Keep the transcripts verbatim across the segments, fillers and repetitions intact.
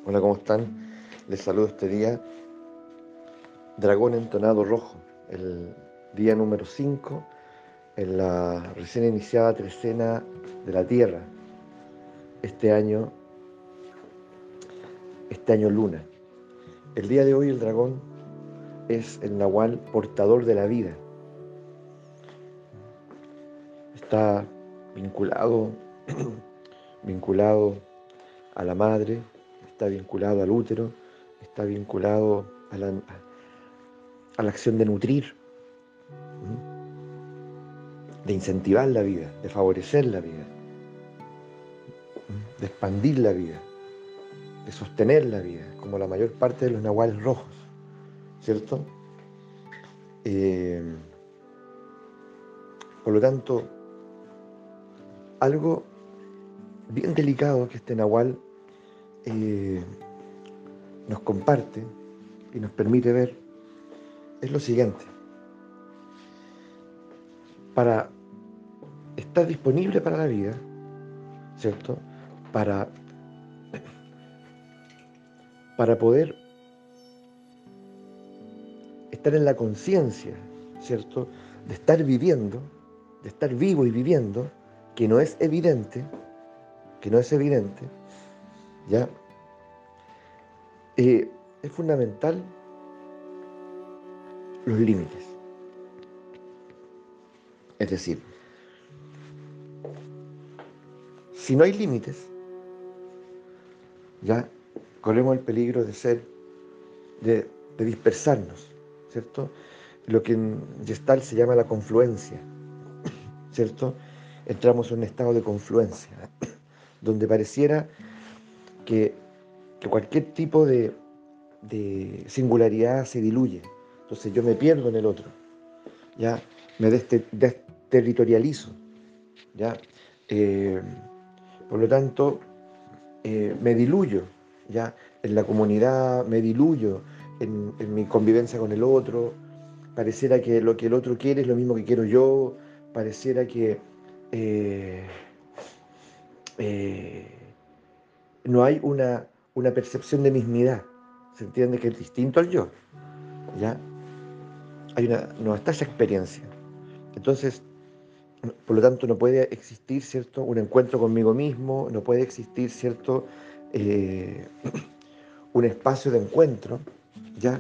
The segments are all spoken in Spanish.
Hola, ¿cómo están? Les saludo este día. Dragón entonado rojo, el día número cinco en la recién iniciada trecena de la Tierra, este año, este año luna. El día de hoy el dragón es el nahual portador de la vida. Está vinculado, vinculado a la madre, está vinculado al útero, está vinculado a la, a la acción de nutrir, de incentivar la vida, de favorecer la vida, de expandir la vida, de sostener la vida, como la mayor parte de los nahuales rojos, ¿cierto? Eh, por lo tanto, algo bien delicado que este nahual eh, nos comparte y nos permite ver es lo siguiente. Para estar disponible para la vida, ¿cierto? Para, para poder estar en la conciencia, ¿cierto? De estar viviendo, de estar vivo y viviendo, que no es evidente, que no es evidente, ¿ya? Eh, es fundamental los límites. Es decir, si no hay límites, ya corremos el peligro de ser, de, de dispersarnos, ¿cierto? Lo que en Gestalt se llama la confluencia, ¿cierto? Entramos en un estado de confluencia, donde pareciera que, que cualquier tipo de, de singularidad se diluye. Entonces yo me pierdo en el otro, ya me desterritorializo, ya. Eh, por lo tanto, eh, me diluyo, ya en la comunidad, me diluyo en, en mi convivencia con el otro. Pareciera que lo que el otro quiere es lo mismo que quiero yo. Pareciera que eh, eh, no hay una, una percepción de mismidad. Se entiende que es distinto al yo, ¿ya? Hay una, no está esa experiencia. Entonces, por lo tanto, no puede existir, ¿cierto?, un encuentro conmigo mismo, no puede existir, ¿cierto?, eh, un espacio de encuentro, ¿ya?,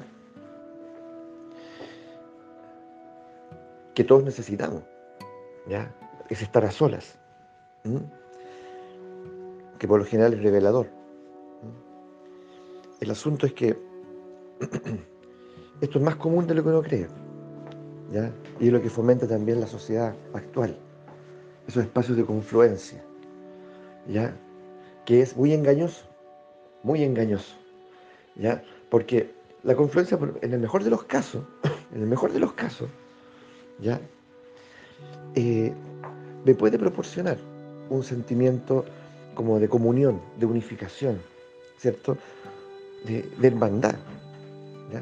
que todos necesitamos, ¿ya? Es estar a solas, ¿m? Que por lo general es revelador. ¿M? El asunto es que esto es más común de lo que uno cree, ¿ya? Y es lo que fomenta también la sociedad actual, esos espacios de confluencia, ¿ya? Que es muy engañoso, muy engañoso, ¿ya? Porque la confluencia, en el mejor de los casos, en el mejor de los casos, ¿ya? Eh, me puede proporcionar un sentimiento como de comunión, de unificación, ¿cierto? De, de hermandad, ¿ya?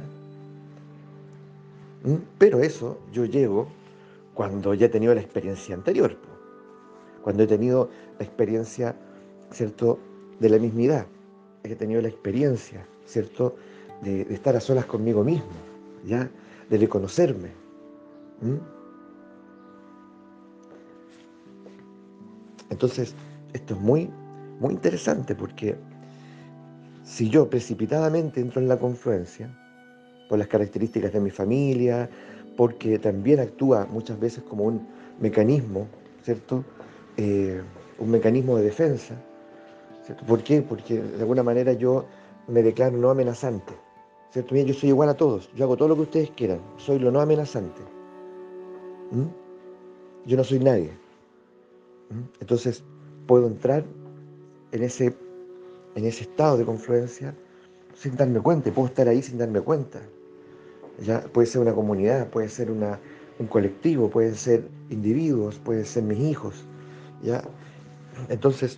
¿Mm? Pero eso yo llego cuando ya he tenido la experiencia anterior, cuando he tenido la experiencia, ¿cierto?, de la mismidad, he tenido la experiencia, ¿cierto?, de, de estar a solas conmigo mismo, ¿ya?, de reconocerme. ¿Mm? Entonces, esto es muy, muy interesante porque si yo precipitadamente entro en la confluencia, por las características de mi familia, porque también actúa muchas veces como un mecanismo, ¿cierto?, Eh, un mecanismo de defensa, ¿cierto? ¿Por qué? Porque de alguna manera yo me declaro no amenazante, ¿cierto? Mira, yo soy igual a todos, yo hago todo lo que ustedes quieran, soy lo no amenazante. ¿Mm? Yo no soy nadie. ¿Mm? Entonces puedo entrar en ese, en ese estado de confluencia sin darme cuenta, puedo estar ahí sin darme cuenta. ¿Ya? Puede ser una comunidad, puede ser una, un colectivo, pueden ser individuos, pueden ser mis hijos, ¿ya? Entonces,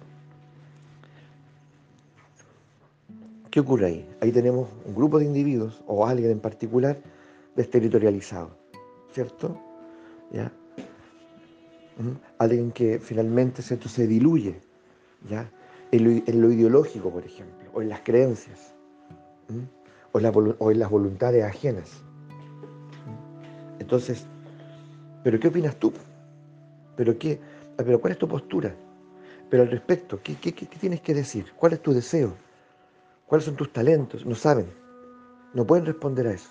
¿qué ocurre ahí? Ahí tenemos un grupo de individuos o alguien en particular desterritorializado, ¿cierto? ¿Ya? ¿Mm? Alguien que finalmente, ¿cierto?, se diluye, ¿ya?, En lo, en lo ideológico, por ejemplo. o en las creencias, ¿m? o, en la volu- o en las voluntades ajenas. Entonces, ¿pero qué opinas tú? ¿Pero qué? Ah, ¿Pero cuál es tu postura? Pero al respecto, ¿qué, qué, qué- qué tienes que decir? ¿Cuál es tu deseo? ¿Cuáles son tus talentos? No saben, no pueden responder a eso.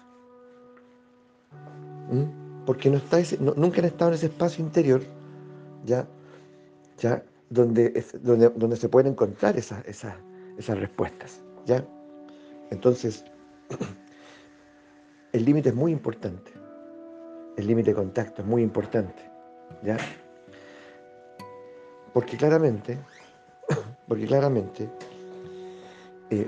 ¿M? Porque no está ese- no- nunca han estado en ese espacio interior, ya, ya, donde, es- donde, donde se pueden encontrar esas, esas, esas respuestas, ¿ya? Entonces, el límite es muy importante. El límite de contacto es muy importante, ¿ya? Porque claramente, porque claramente, eh,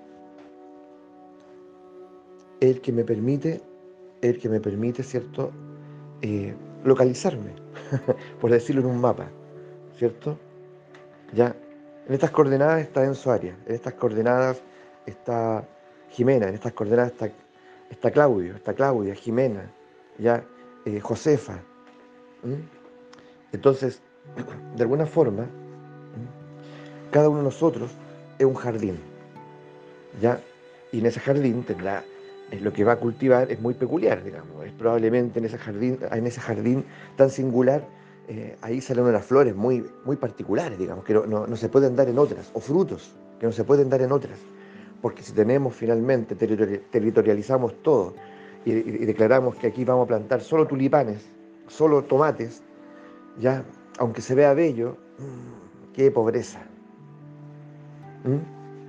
el que me permite, el que me permite, ¿cierto? Eh, localizarme, por decirlo en un mapa, ¿cierto? Ya, en estas coordenadas está Enzo Arias, en estas coordenadas está Jimena, en estas coordenadas está, está Claudio, está Claudia, Jimena, ya, eh, Josefa. ¿M? Entonces, de alguna forma, ¿m? cada uno de nosotros es un jardín, ¿ya? Y en ese jardín tendrá, eh, lo que va a cultivar es muy peculiar, digamos. Es probablemente en ese jardín, en ese jardín tan singular, eh, ahí salen unas flores muy, muy particulares, digamos, que no, no, no se pueden dar en otras, o frutos que no se pueden dar en otras. Porque si tenemos finalmente, territori- territorializamos todo y, y- y declaramos que aquí vamos a plantar solo tulipanes, solo tomates, ya, aunque se vea bello, mm, qué pobreza, ¿m?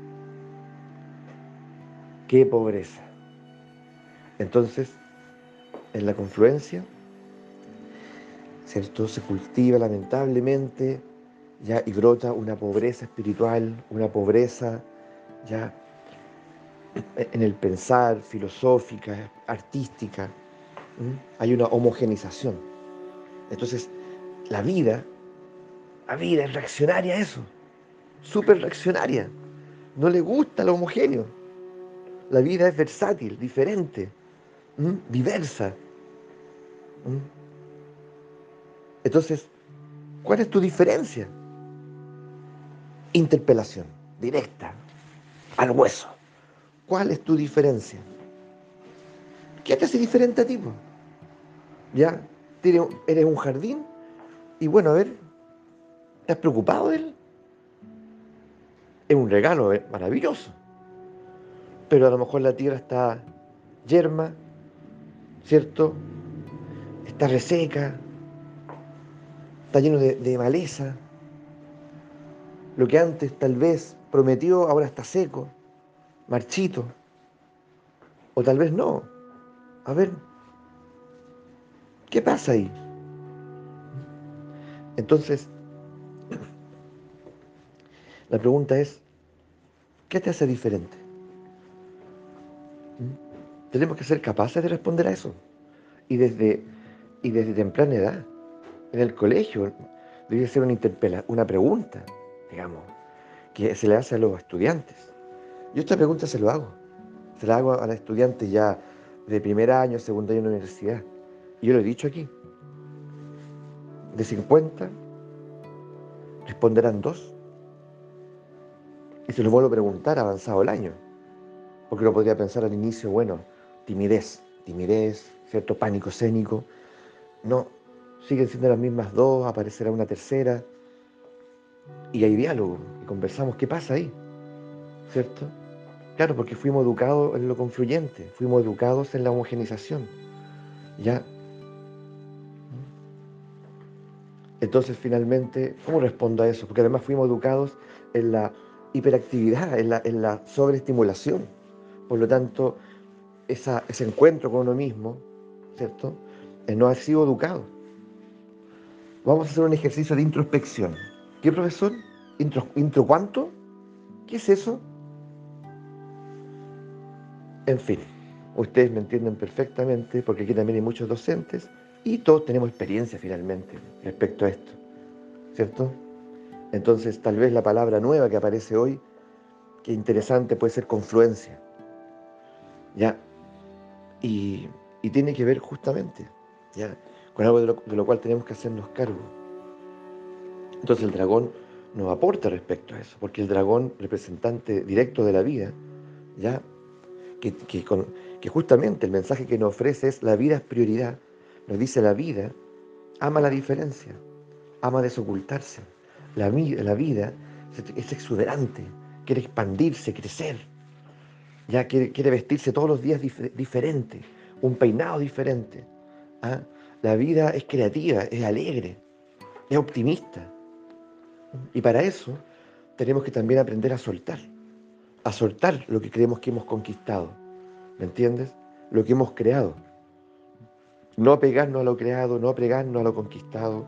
Qué pobreza. Entonces, en la confluencia, ¿cierto? Se cultiva lamentablemente, ya, y brota una pobreza espiritual, una pobreza ya en el pensar, filosófica, artística. ¿M? Hay una homogenización. Entonces, la vida, la vida es reaccionaria a eso, súper reaccionaria. No le gusta lo homogéneo. La vida es versátil, diferente, ¿m? Diversa. ¿M? Entonces, ¿cuál es tu diferencia? Interpelación, directa, al hueso. ¿Cuál es tu diferencia? ¿Qué te hace diferente a ti, po? ¿Ya? Tienes- Eres un jardín y bueno, a ver, ¿estás preocupado de él? Es un regalo, eh, maravilloso. Pero a lo mejor la tierra está yerma, ¿cierto? Está reseca, está lleno de, de maleza. Lo que antes tal vez prometió ahora está seco, marchito. O tal vez no. A ver, ¿qué pasa ahí? Entonces, la pregunta es, ¿qué te hace diferente? ¿Mm? Tenemos que ser capaces de responder a eso. Y desde, y desde temprana edad, en el colegio, debe ser una interpela, una pregunta, digamos, que se le hace a los estudiantes. Yo esta pregunta se lo hago. Se la hago a los estudiantes ya de primer año, segundo año de la universidad. Y yo lo he dicho aquí. De cincuenta responderán dos. Y se los vuelvo a preguntar avanzado el año. Porque uno podría pensar al inicio, bueno, timidez, timidez, cierto pánico escénico. No, siguen siendo las mismas dos, aparecerá una tercera y hay diálogo y conversamos qué pasa ahí, ¿cierto? Claro, porque fuimos educados en lo confluyente, fuimos educados en la homogenización, ¿ya? Entonces, finalmente, ¿cómo respondo a eso? Porque además fuimos educados en la hiperactividad, en la, en la sobreestimulación. Por lo tanto, esa, ese encuentro con uno mismo, ¿cierto? Eh, no ha sido educado. Vamos a hacer un ejercicio de introspección. ¿Qué, profesor? ¿Intro, intro cuánto? ¿Qué es eso? En fin, ustedes me entienden perfectamente porque aquí también hay muchos docentes y todos tenemos experiencia finalmente respecto a esto, ¿cierto? Entonces, tal vez la palabra nueva que aparece hoy, que interesante, puede ser confluencia, ¿ya? Y, y tiene que ver justamente, ¿ya? Con algo de lo, de lo cual tenemos que hacernos cargo. Entonces, el dragón nos aporta respecto a eso, porque el dragón, representante directo de la vida, ya que, que, con, que justamente el mensaje que nos ofrece es la vida es prioridad, nos dice la vida ama la diferencia, ama desocultarse, la, la vida es exuberante, quiere expandirse, crecer, ya quiere, quiere vestirse todos los días dif diferente, un peinado diferente. ¿Ah? La vida es creativa, es alegre, es optimista. Y para eso tenemos que también aprender a soltar, a soltar lo que creemos que hemos conquistado, ¿me entiendes? Lo que hemos creado. No apegarnos a lo creado, no apegarnos a lo conquistado.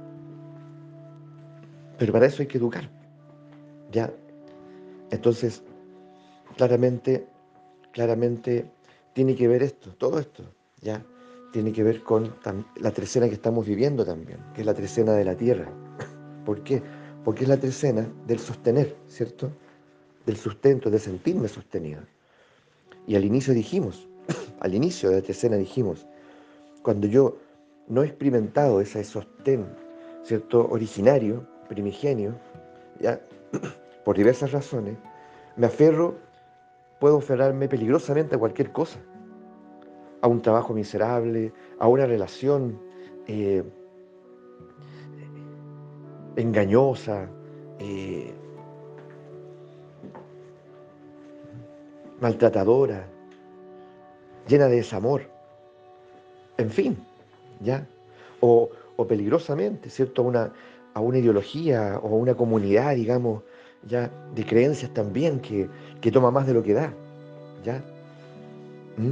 Pero para eso hay que educar, ¿ya? Entonces, claramente, claramente tiene que ver esto, todo esto, ¿ya? Tiene que ver con la trecena que estamos viviendo también, que es la trecena de la tierra. ¿Por qué? Porque es la trecena del sostener, ¿cierto? Del sustento, de sentirme sostenido. Y al inicio dijimos, al inicio de la trecena dijimos, cuando yo no he experimentado ese sostén, ¿cierto? Originario, primigenio, ¿ya? Por diversas razones, me aferro, puedo aferrarme peligrosamente a cualquier cosa, a un trabajo miserable, a una relación eh, engañosa, eh, maltratadora, llena de desamor, en fin, ¿ya? O, o peligrosamente, ¿cierto? A una, a una ideología o a una comunidad, digamos, ya, de creencias también que, que toma más de lo que da, ¿ya? ¿Mm?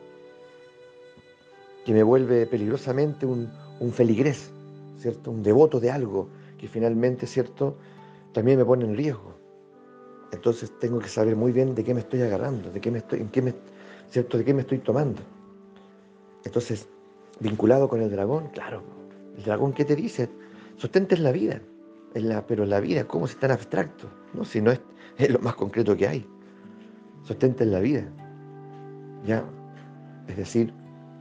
Que me vuelve peligrosamente un, un feligrés, ¿cierto? Un devoto de algo que finalmente, ¿cierto? También me pone en riesgo. Entonces tengo que saber muy bien de qué me estoy agarrando, de qué me estoy, en qué me, ¿cierto? De qué me estoy tomando. Entonces, vinculado con el dragón, claro, el dragón, ¿qué te dice? Sostente en la vida, en la, pero la vida, ¿cómo es tan abstracto? ¿No? Si no es, es lo más concreto que hay. Sostente en la vida, ¿ya? Es decir,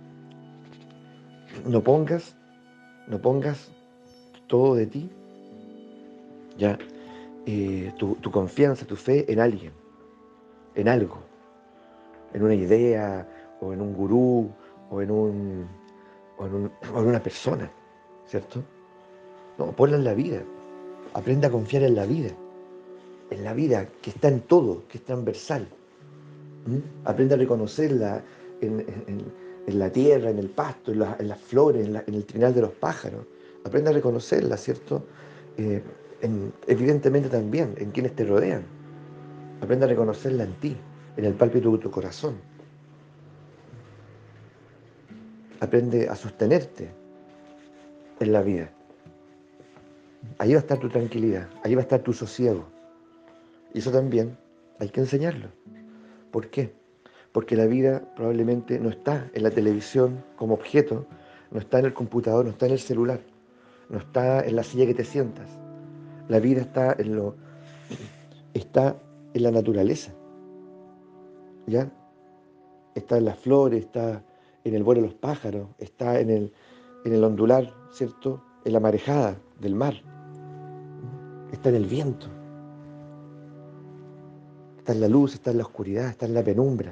no pongas, no pongas todo de ti, ¿ya? Eh, tu, tu confianza, tu fe en alguien, en algo, en una idea, o en un gurú, o en, un, o en, un, o en una persona, ¿cierto? No, ponla en la vida, aprende a confiar en la vida. En la vida, que está en todo, que es transversal. ¿Mm? Aprende a reconocerla en, en, en la tierra, en el pasto, en, la, en las flores, en, la, en, el trinal de los pájaros. Aprende a reconocerla, ¿cierto? Eh, en, evidentemente también en quienes te rodean. Aprende a reconocerla en ti, en el pálpito de tu corazón. Aprende a sostenerte en la vida. Ahí va a estar tu tranquilidad, ahí va a estar tu sosiego. Y eso también hay que enseñarlo. ¿Por qué? Porque la vida probablemente no está en la televisión como objeto, no está en el computador, no está en el celular, no está en la silla que te sientas. La vida está en lo, está en la naturaleza, ¿ya? Está en las flores, está en el vuelo de los pájaros, está en el, en el ondular, ¿cierto? En la marejada del mar, está en el viento, está en la luz, está en la oscuridad, está en la penumbra,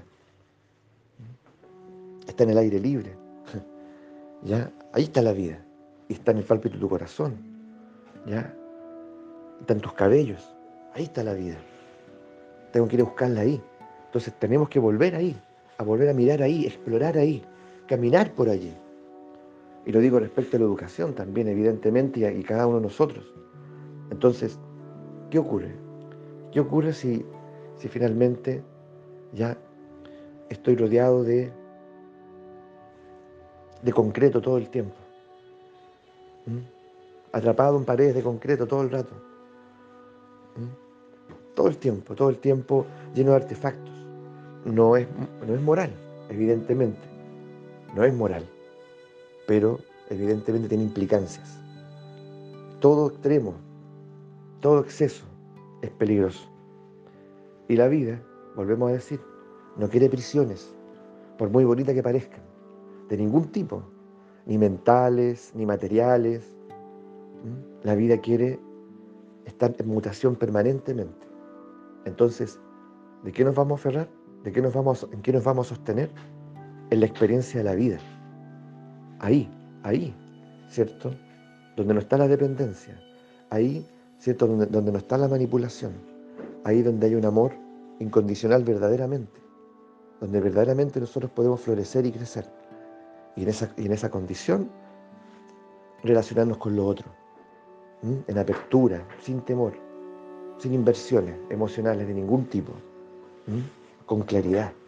está en el aire libre, ¿ya? Ahí está la vida, y está en el pálpito de tu corazón, ¿ya? Está en tus cabellos, ahí está la vida. Tengo que ir a buscarla ahí. Entonces tenemos que volver ahí, a volver a mirar ahí, explorar ahí, caminar por allí. Y lo digo respecto a la educación también, evidentemente, y, a, y cada uno de nosotros. Entonces, ¿qué ocurre? ¿Qué ocurre si, si finalmente ya estoy rodeado de, de concreto todo el tiempo? ¿Mm? Atrapado en paredes de concreto todo el rato. ¿Mm? Todo el tiempo, todo el tiempo lleno de artefactos. No es, no es moral, evidentemente. No es moral, pero evidentemente tiene implicancias. Todo extremo, todo exceso es peligroso. Y la vida, volvemos a decir, no quiere prisiones, por muy bonitas que parezcan, de ningún tipo, ni mentales, ni materiales. ¿Mm? La vida quiere están en mutación permanentemente. Entonces, ¿de qué nos vamos a aferrar? ¿De qué nos vamos, ¿En qué nos vamos a sostener? En la experiencia de la vida. Ahí, ahí, ¿cierto? Donde no está la dependencia. Ahí, ¿cierto? Donde, donde no está la manipulación. Ahí donde hay un amor incondicional verdaderamente. Donde verdaderamente nosotros podemos florecer y crecer. Y en esa, y en esa condición, relacionarnos con lo otro. ¿m? En apertura, sin temor, sin inversiones emocionales de ningún tipo. ¿m? Con claridad.